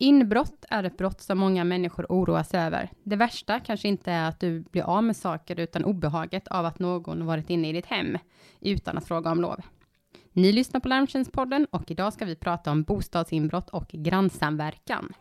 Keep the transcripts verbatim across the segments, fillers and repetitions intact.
Inbrott är ett brott som många människor oroas över. Det värsta kanske inte är att du blir av med saker utan obehaget av att någon varit inne i ditt hem utan att fråga om lov. Ni lyssnar på Larmtjänstpodden och idag ska vi prata om bostadsinbrott och grannsamverkan.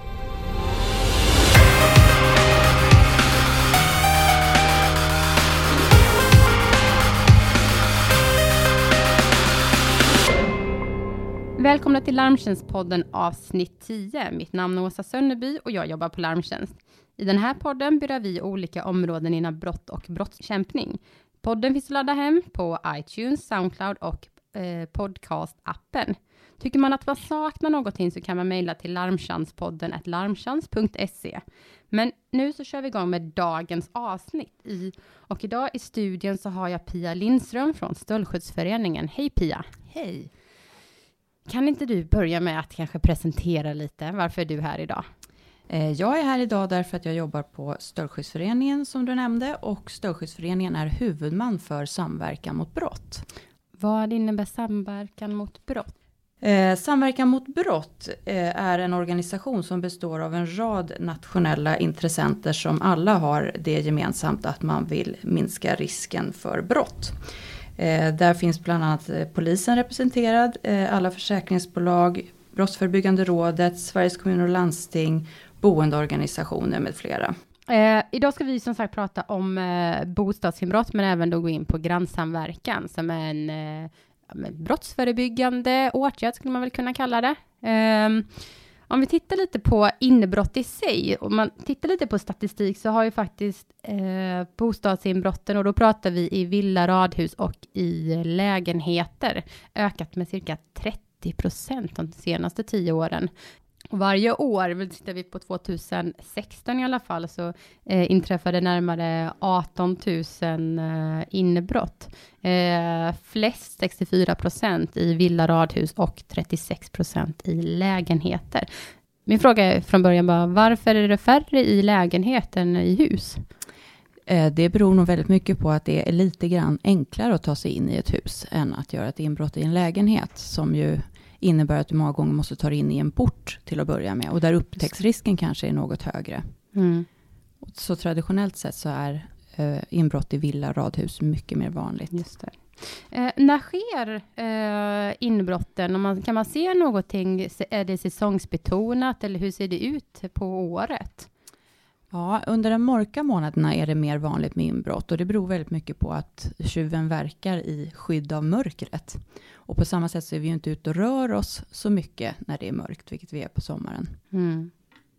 Välkomna till Larmtjänstpodden avsnitt tio. Mitt namn är Åsa Sönneby och jag jobbar på Larmtjänst. I den här podden berör vi olika områden inom brott och brottskämpning. Podden finns att ladda hem på iTunes, Soundcloud och eh, podcast-appen. Tycker man att man saknar någonting så kan man mejla till larmtjänstpodden at larmtjänst punkt se. Men nu så kör vi igång med dagens avsnitt. I, och idag i studion så har jag Pia Lindström från Stöldskyddsföreningen. Hej Pia! Hej! Kan inte du börja med att kanske presentera lite? Varför är du här idag? Jag är här idag därför att jag jobbar på Stöldskyddsföreningen som du nämnde. Och Stöldskyddsföreningen är huvudman för samverkan mot brott. Vad innebär samverkan mot brott? Eh, samverkan mot brott eh, är en organisation som består av en rad nationella intressenter som alla har det gemensamt att man vill minska risken för brott. Eh, där finns bland annat eh, polisen representerad, eh, alla försäkringsbolag, Brottsförebyggande rådet, Sveriges kommuner och landsting, boendeorganisationer med flera. Eh, idag ska vi som sagt prata om eh, bostadsinbrott men även då gå in på grannsamverkan som är en eh, brottsförebyggande åtgärd skulle man väl kunna kalla det. Eh, Om vi tittar lite på inbrott i sig, om man tittar lite på statistik så har ju faktiskt eh, bostadsinbrotten, och då pratar vi i villa, radhus och i lägenheter, ökat med cirka trettio procent de senaste tio åren. Och varje år, tittar vi på tjugohundrasexton i alla fall, så eh, inträffade närmare arton tusen eh, inbrott. Eh, flest sextiofyra procent i villa, radhus och trettiosex procent i lägenheter. Min fråga är från början bara, varför är det färre i lägenheten än i hus? Eh, det beror nog väldigt mycket på att det är lite grann enklare att ta sig in i ett hus än att göra ett inbrott i en lägenhet som ju innebär att du många gånger måste ta dig in i en port till att börja med. Och där upptäcktsrisken kanske är något högre. Mm. Så traditionellt sett så är eh, inbrott i villa, radhus mycket mer vanligt. Just det. Eh, när sker eh, inbrotten? Om man, kan man se någonting? Är det säsongsbetonat eller hur ser det ut på året? Ja, under de mörka månaderna är det mer vanligt med inbrott. Och det beror väldigt mycket på att tjuven verkar i skydd av mörkret. Och på samma sätt så är vi ju inte ute och rör oss så mycket när det är mörkt, vilket vi är på sommaren. Mm.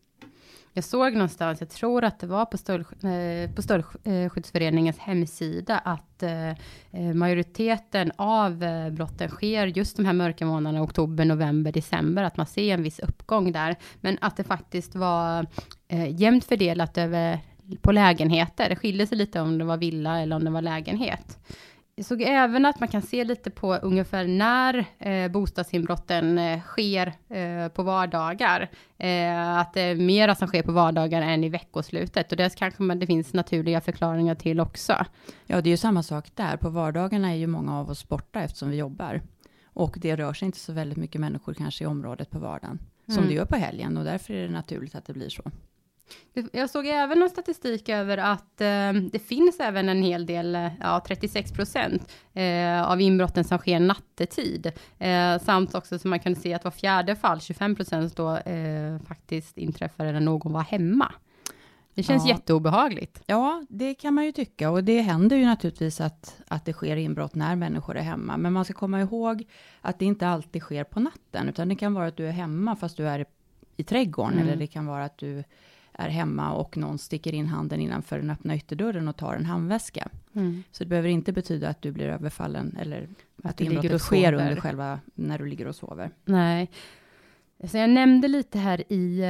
Jag såg någonstans, jag tror att det var på, stöld, eh, på Stöldskyddsföreningens hemsida, att eh, majoriteten av eh, brotten sker just de här mörka månaderna, oktober, november, december, att man ser en viss uppgång där. Men att det faktiskt var eh, jämnt fördelat över, på lägenheter. Det skiljer sig lite om det var villa eller om det var lägenhet. Jag såg även att man kan se lite på ungefär när eh, bostadsinbrotten eh, sker eh, på vardagar. Eh, att det är mera som sker på vardagar än i veckoslutet. Och det kanske man, det finns naturliga förklaringar till också. Ja, det är ju samma sak där. På vardagarna är ju många av oss borta eftersom vi jobbar. Och det rör sig inte så väldigt mycket människor kanske i området på vardagen. Som mm. det gör på helgen, och därför är det naturligt att det blir så. Jag såg även en statistik över att eh, det finns även en hel del, ja, trettiosex procent eh, av inbrotten som sker nattetid. Eh, samt också som man kan se att var fjärde fall, tjugofem procent då eh, faktiskt inträffade när någon var hemma. Det känns ja. jätteobehagligt. Ja, det kan man ju tycka. Och det händer ju naturligtvis att, att det sker inbrott när människor är hemma. Men man ska komma ihåg att det inte alltid sker på natten. Utan det kan vara att du är hemma fast du är i trädgården. Mm. Eller det kan vara att du är hemma och någon sticker in handen innanför den öppna ytterdörren och tar en handväska. Mm. Så det behöver inte betyda att du blir överfallen eller att, att inbrottet sker under själva när du ligger och sover. Nej. Så jag nämnde lite här i,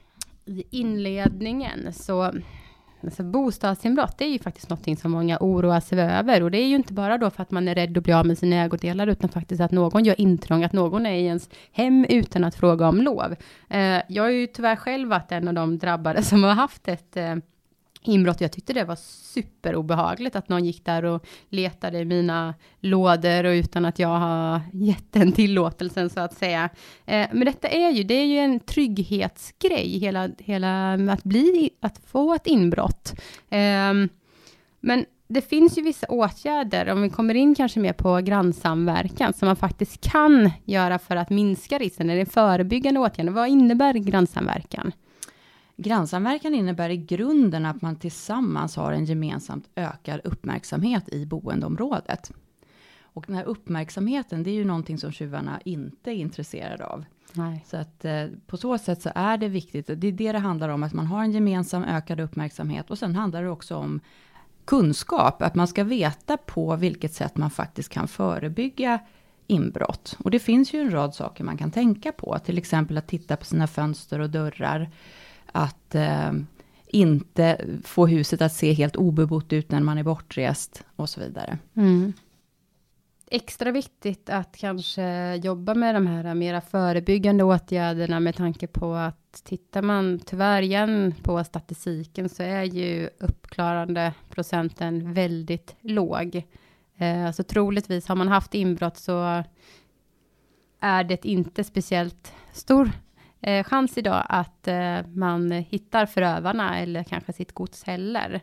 i inledningen så alltså bostadsinbrott är ju faktiskt något som många oroar sig över, och det är ju inte bara då för att man är rädd att bli av med sina ägodelar, utan faktiskt att någon gör intrång, att någon är i ens hem utan att fråga om lov. Eh, jag är ju tyvärr själv varit en av de drabbade som har haft ett, eh, inbrott. Jag tyckte det var superobehagligt att någon gick där och letade i mina lådor och utan att jag har gett den tillåtelsen så att säga. Eh, men detta är ju, det är ju en trygghetsgrej, hela, hela att bli, att få ett inbrott. Eh, men det finns ju vissa åtgärder, om vi kommer in kanske mer på grannsamverkan, som man faktiskt kan göra för att minska risken. Är det förebyggande åtgärder? Vad innebär grannsamverkan? Grannsamverkan innebär i grunden att man tillsammans har en gemensamt ökad uppmärksamhet i boendeområdet. Och den här uppmärksamheten, det är ju någonting som tjuvarna inte är intresserade av. Nej. Så att eh, på så sätt så är det viktigt, det är det det handlar om, att man har en gemensam ökad uppmärksamhet. Och sen handlar det också om kunskap, att man ska veta på vilket sätt man faktiskt kan förebygga inbrott. Och det finns ju en rad saker man kan tänka på, till exempel att titta på sina fönster och dörrar, att eh, inte få huset att se helt obebott ut när man är bortrest och så vidare. Mm. Extra viktigt att kanske jobba med de här mera förebyggande åtgärderna med tanke på att tittar man tyvärr igen på statistiken så är ju uppklarande procenten väldigt låg. Eh, så troligtvis har man haft inbrott så är det inte speciellt stor eh, chans idag att eh, man hittar förövarna eller kanske sitt gods heller.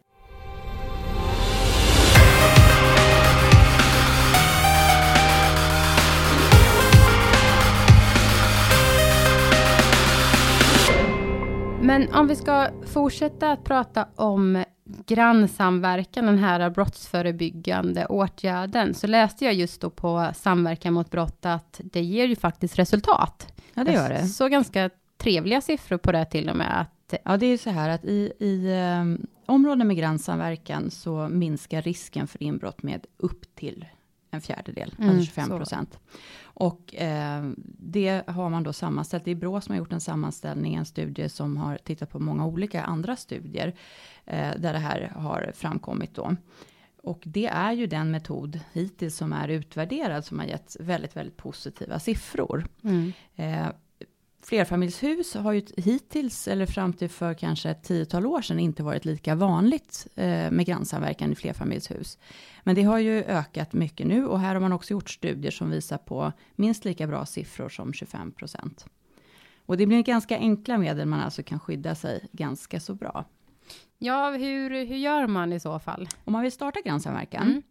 Men om vi ska fortsätta att prata om grannsamverkan, den här brottsförebyggande åtgärden, så läste jag just då på Samverkan mot brott att det ger ju faktiskt resultat. Ja, det gör det. Så ganska trevliga siffror på det till och med. Att ja, det är så här att i, i um, områden med grannsamverkan så minskar risken för inbrott med upp till en fjärdedel, mm, alltså tjugofem procent. Och eh, det har man då sammanställt. Det är Brå som har gjort en sammanställning, en studie som har tittat på många olika andra studier eh, där det här har framkommit då. Och det är ju den metod hittills som är utvärderad som har gett väldigt, väldigt positiva siffror. Mm. Eh, Flerfamiljshus har ju hittills, eller fram till för kanske ett tiotal år sedan, inte varit lika vanligt eh, med grannsamverkan i flerfamiljshus. Men det har ju ökat mycket nu, och här har man också gjort studier som visar på minst lika bra siffror som tjugofem procent. Och det blir ganska enkla medel man alltså kan skydda sig ganska så bra. Ja, hur, hur gör man i så fall? Om man vill starta grannsamverkan, mm.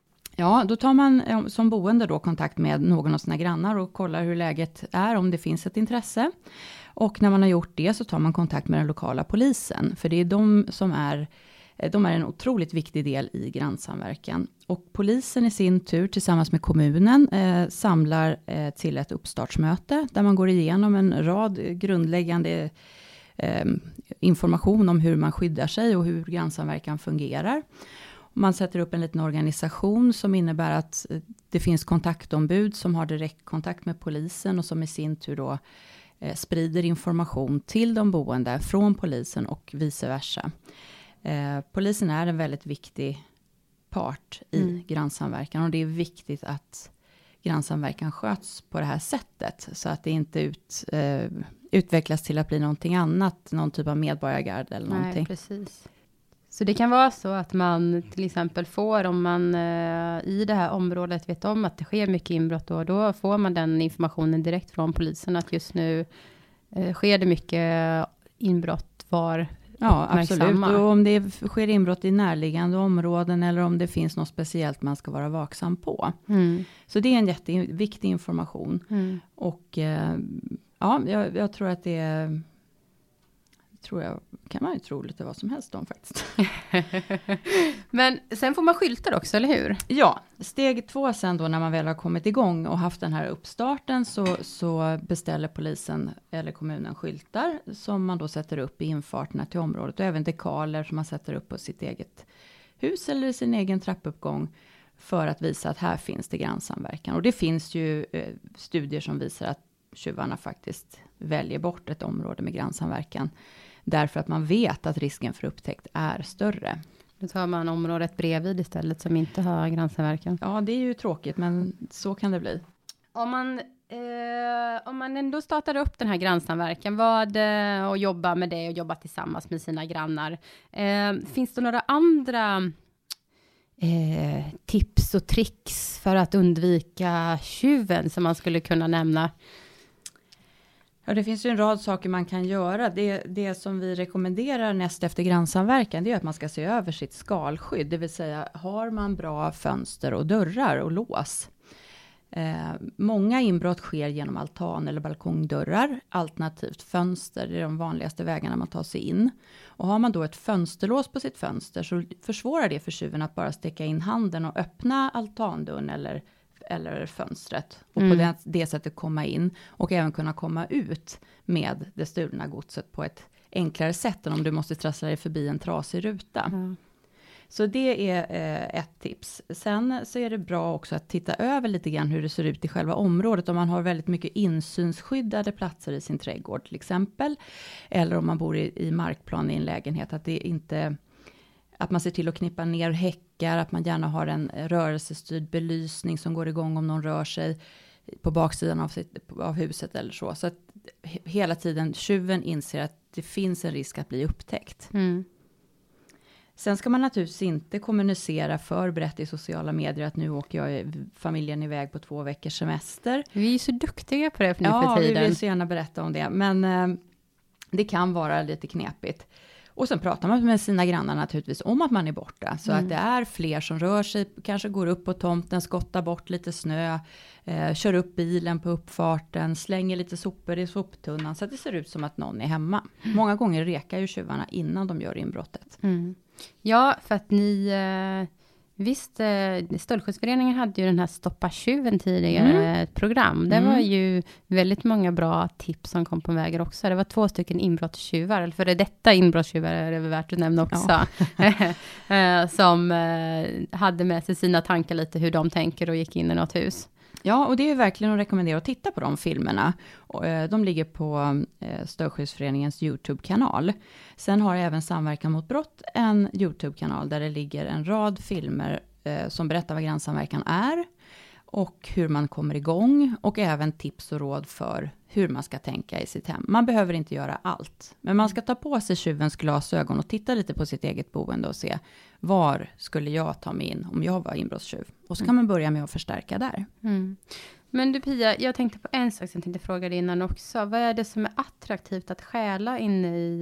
ja, då tar man som boende då kontakt med någon av sina grannar och kollar hur läget är, om det finns ett intresse. Och när man har gjort det så tar man kontakt med den lokala polisen. För det är de som är, de är en otroligt viktig del i grannsamverkan. Och polisen i sin tur tillsammans med kommunen eh, samlar eh, till ett uppstartsmöte där man går igenom en rad grundläggande eh, information om hur man skyddar sig och hur grannsamverkan fungerar. Man sätter upp en liten organisation som innebär att det finns kontaktombud som har direktkontakt med polisen och som i sin tur då eh, sprider information till de boende från polisen och vice versa. Eh, polisen är en väldigt viktig part i mm. grannsamverkan, och det är viktigt att grannsamverkan sköts på det här sättet så att det inte ut, eh, utvecklas till att bli någonting annat, någon typ av medborgargarde eller någonting. Nej, precis. Så det kan vara så att man till exempel får, om man eh, i det här området vet om att det sker mycket inbrott då, då får man den informationen direkt från polisen att just nu eh, sker det mycket inbrott var. Ja, absolut. Och om det sker inbrott i närliggande områden eller om det finns något speciellt man ska vara vaksam på. Mm. Så det är en jätteviktig information. Mm. Och eh, ja, jag, jag tror att det är... tror jag, kan man ju tro lite vad som helst om faktiskt. Men sen får man skyltar också, eller hur? Ja, steg två sen då när man väl har kommit igång och haft den här uppstarten så, så beställer polisen eller kommunen skyltar som man då sätter upp i infarterna till området, och även dekaler som man sätter upp på sitt eget hus eller sin egen trappuppgång för att visa att här finns det grannsamverkan. Och det finns ju eh, studier som visar att tjuvarna faktiskt väljer bort ett område med grannsamverkan därför att man vet att risken för upptäckt är större. Då tar man området bredvid istället som inte har grannsamverkan. Ja, det är ju tråkigt, men så kan det bli. Om man Eh, om man ändå startar upp den här grannsamverkan vad, eh, och jobbar med det och jobbar tillsammans med sina grannar. Eh, finns det några andra eh, tips och tricks för att undvika tjuven som man skulle kunna nämna? Ja, det finns ju en rad saker man kan göra. Det, det som vi rekommenderar näst efter grannsamverkan, det är att man ska se över sitt skalskydd. Det vill säga, har man bra fönster och dörrar och lås? Eh, många inbrott sker genom altan eller balkongdörrar, alternativt fönster. Det är de vanligaste vägarna man tar sig in. Och har man då ett fönsterlås på sitt fönster så försvårar det för tjuven att bara sticka in handen och öppna altandörren eller eller fönstret och mm. på det, det sättet komma in och även kunna komma ut med det stulna godset på ett enklare sätt än om du måste trassla dig förbi en trasig ruta. Mm. Så det är eh, ett tips. Sen så är det bra också att titta över lite grann hur det ser ut i själva området. Om man har väldigt mycket insynsskyddade platser i sin trädgård till exempel. Eller om man bor i, i markplan i en lägenhet. Att det inte... Att man ser till att knippa ner häckar, att man gärna har en rörelsestyrd belysning som går igång om någon rör sig på baksidan av, sitt, av huset eller så. Så att hela tiden tjuven inser att det finns en risk att bli upptäckt. Mm. Sen ska man naturligtvis inte kommunicera för brett i sociala medier att nu åker jag familjen iväg på två veckors semester. Vi är ju så duktiga på det för nu ja, för tiden. Ja, vi vill så gärna berätta om det. Men eh, det kan vara lite knepigt. Och sen pratar man med sina grannar naturligtvis om att man är borta. Så mm. att det är fler som rör sig, kanske går upp på tomten, skottar bort lite snö, eh, kör upp bilen på uppfarten, slänger lite sopor i soptunnan så att det ser ut som att någon är hemma. Mm. Många gånger rekar ju tjuvarna innan de gör inbrottet. Mm. Ja, för att ni... Eh... Visst, eh, Stöldskyddsföreningen hade ju den här Stoppa tjuven tidigare mm. program. Det mm. var ju väldigt många bra tips som kom på vägar också. Det var två stycken inbrottstjuvar, för det detta inbrottstjuvar är det värt att nämna också. Ja. som eh, hade med sig sina tankar lite hur de tänker och gick in i något hus. Ja, och det är verkligen att rekommendera att titta på de filmerna. De ligger på Stöldskyddsföreningens YouTube-kanal. Sen har även Samverkan mot brott en YouTube-kanal där det ligger en rad filmer som berättar vad grannsamverkan är och hur man kommer igång och även tips och råd för hur man ska tänka i sitt hem. Man behöver inte göra allt, men man ska ta på sig tjuvens glasögon och titta lite på sitt eget boende och se var skulle jag ta mig in om jag var inbrottstjuv. Och så kan man börja med att förstärka där. Mm. Men du Pia, jag tänkte på en sak som jag tänkte fråga dig innan också. Vad är det som är attraktivt att stjäla inne i,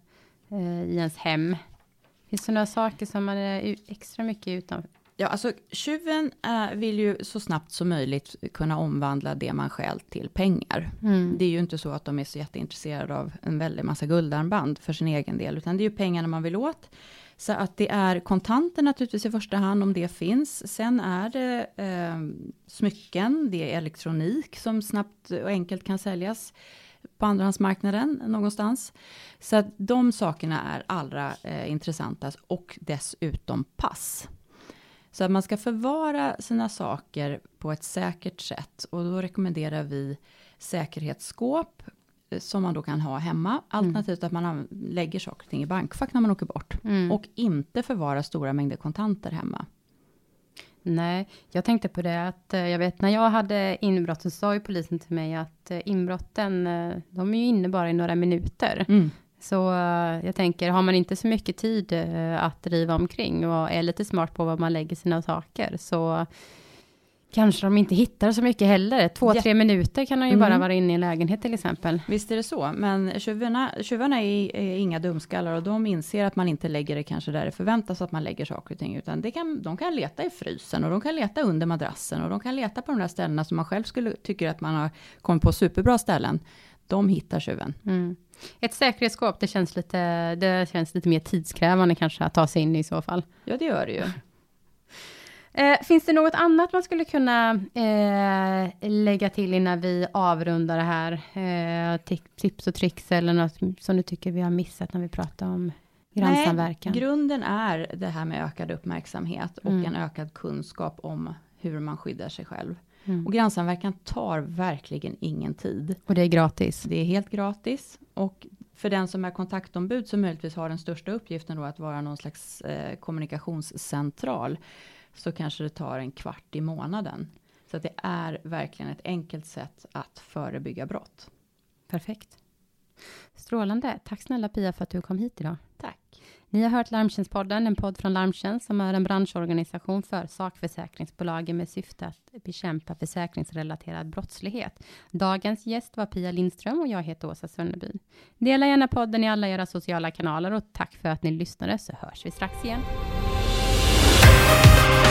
uh, i ens hem? Finns det några saker som man är extra mycket utanför? Ja, alltså tjuven äh, vill ju så snabbt som möjligt kunna omvandla det man stjäl till pengar. Mm. Det är ju inte så att de är så jätteintresserade av en väldig massa guldarmband för sin egen del, utan det är ju pengarna man vill åt. Så att det är kontanter naturligtvis i första hand om det finns. Sen är det eh, smycken, det är elektronik som snabbt och enkelt kan säljas på andrahandsmarknaden någonstans. Så att de sakerna är allra eh, intressantast och dessutom pass. Så att man ska förvara sina saker på ett säkert sätt. Och då rekommenderar vi säkerhetsskåp som man då kan ha hemma. Alternativt mm. att man lägger saker och ting i bankfack när man åker bort. Mm. Och inte förvara stora mängder kontanter hemma. Nej, jag tänkte på det att jag vet när jag hade inbrott så sa ju polisen till mig att inbrotten, de är ju inne bara i några minuter. Mm. Så uh, jag tänker, har man inte så mycket tid uh, att driva omkring och är lite smart på vad man lägger sina saker så kanske de inte hittar så mycket heller. Två, ja. tre minuter kan de ju mm. bara vara inne i en lägenhet till exempel. Visst är det så, men tjuvarna, tjuvarna är, är inga dumskallar och de inser att man inte lägger det kanske där det förväntas att man lägger saker och ting, utan det kan, de kan leta i frysen och de kan leta under madrassen och de kan leta på de där ställena som man själv skulle tycker att man har kommit på superbra ställen. De hittar tjuven. Mm. Ett säkerhetsskåp, det känns lite, det känns lite mer tidskrävande kanske att ta sig in i så fall. Ja, det gör det ju. Eh, finns det något annat man skulle kunna eh, lägga till innan vi avrundar det här? Eh, tips och tricks eller något som du tycker vi har missat när vi pratar om grannsamverkan? Nej, grunden är det här med ökad uppmärksamhet och mm. en ökad kunskap om hur man skyddar sig själv. Mm. Och grannsamverkan tar verkligen ingen tid. Och det är gratis. Det är helt gratis. Och för den som är kontaktombud som möjligtvis har den största uppgiften då att vara någon slags eh, kommunikationscentral så kanske det tar en kvart i månaden. Så att det är verkligen ett enkelt sätt att förebygga brott. Perfekt. Strålande. Tack snälla Pia för att du kom hit idag. Tack. Ni har hört Larmtjänstpodden, en podd från Larmtjänst som är en branschorganisation för sakförsäkringsbolagen med syfte att bekämpa försäkringsrelaterad brottslighet. Dagens gäst var Pia Lindström och jag heter Åsa Sönneby. Dela gärna podden i alla era sociala kanaler och tack för att ni lyssnade, så hörs vi strax igen.